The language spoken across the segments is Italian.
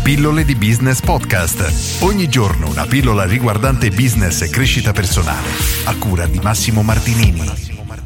Pillole di Business Podcast. Ogni giorno una pillola riguardante business e crescita personale. A cura di Massimo Martinini.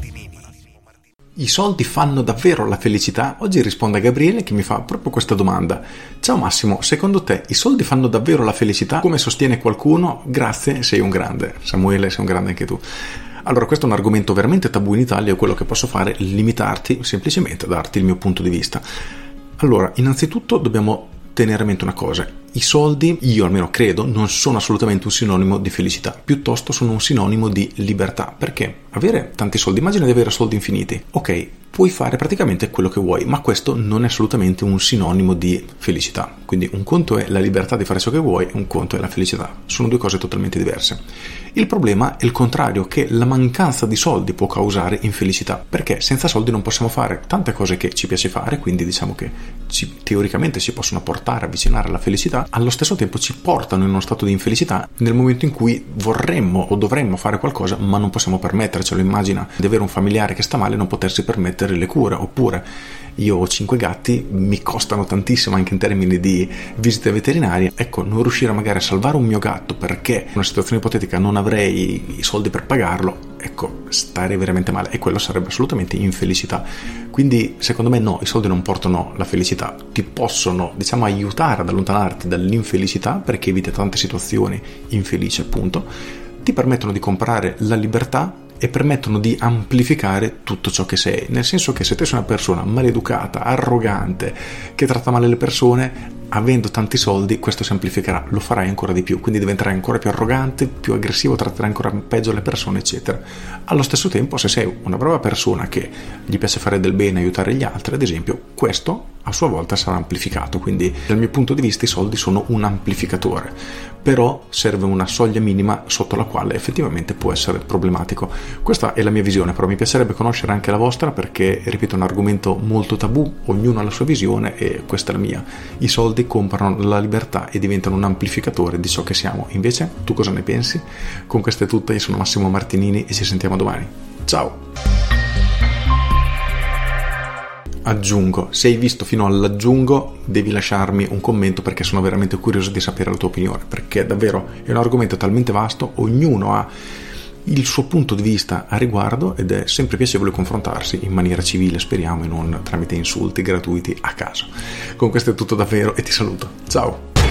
I soldi fanno davvero la felicità? Oggi risponde a Gabriele che mi fa proprio questa domanda. Ciao Massimo, secondo te i soldi fanno davvero la felicità? Come sostiene qualcuno? Grazie, sei un grande. Samuele, sei un grande anche tu. Allora, questo è un argomento veramente tabù in Italia e quello che posso fare è limitarti semplicemente a darti il mio punto di vista. Allora, innanzitutto dobbiamo tenere a mente una cosa. I soldi, io almeno credo, non sono assolutamente un sinonimo di felicità, piuttosto sono un sinonimo di libertà, perché avere tanti soldi, immagina di avere soldi infiniti, ok, puoi fare praticamente quello che vuoi, ma questo non è assolutamente un sinonimo di felicità, quindi un conto è la libertà di fare ciò che vuoi, un conto è la felicità, sono due cose totalmente diverse. Il problema è il contrario, che la mancanza di soldi può causare infelicità, perché senza soldi non possiamo fare tante cose che ci piace fare, quindi diciamo che teoricamente ci possono portare, avvicinare alla felicità, allo stesso tempo ci portano in uno stato di infelicità nel momento in cui vorremmo o dovremmo fare qualcosa ma non possiamo permettercelo. Immagina di avere un familiare che sta male e non potersi permettere le cure, oppure io ho 5 gatti, mi costano tantissimo anche in termini di visite veterinarie, ecco, non riuscire magari a salvare un mio gatto perché in una situazione ipotetica non avrei i soldi per pagarlo, ecco, stare veramente male, e quello sarebbe assolutamente infelicità. Quindi secondo me no, i soldi non portano la felicità, ti possono aiutare ad allontanarti dall'infelicità perché eviti tante situazioni infelici, appunto, ti permettono di comprare la libertà e permettono di amplificare tutto ciò che sei, nel senso che se te sei una persona maleducata, arrogante, che tratta male le persone, avendo tanti soldi questo si amplificherà, lo farai ancora di più, quindi diventerai ancora più arrogante, più aggressivo, tratterai ancora peggio le persone, eccetera. Allo stesso tempo, se sei una brava persona che gli piace fare del bene, aiutare gli altri, ad esempio, questo a sua volta sarà amplificato. Quindi dal mio punto di vista i soldi sono un amplificatore, però serve una soglia minima sotto la quale effettivamente può essere problematico. Questa è la mia visione, però mi piacerebbe conoscere anche la vostra, perché ripeto, è un argomento molto tabù, ognuno ha la sua visione e questa è la mia. I soldi comprano la libertà e diventano un amplificatore di ciò che siamo. Invece, tu cosa ne pensi? Con questo è tutto, io sono Massimo Martinini e ci sentiamo domani. Ciao! Aggiungo, se hai visto fino all'aggiungo devi lasciarmi un commento, perché sono veramente curioso di sapere la tua opinione, perché davvero è un argomento talmente vasto, ognuno ha il suo punto di vista a riguardo ed è sempre piacevole confrontarsi in maniera civile, speriamo, e non tramite insulti gratuiti a caso. Con questo è tutto davvero e ti saluto, ciao!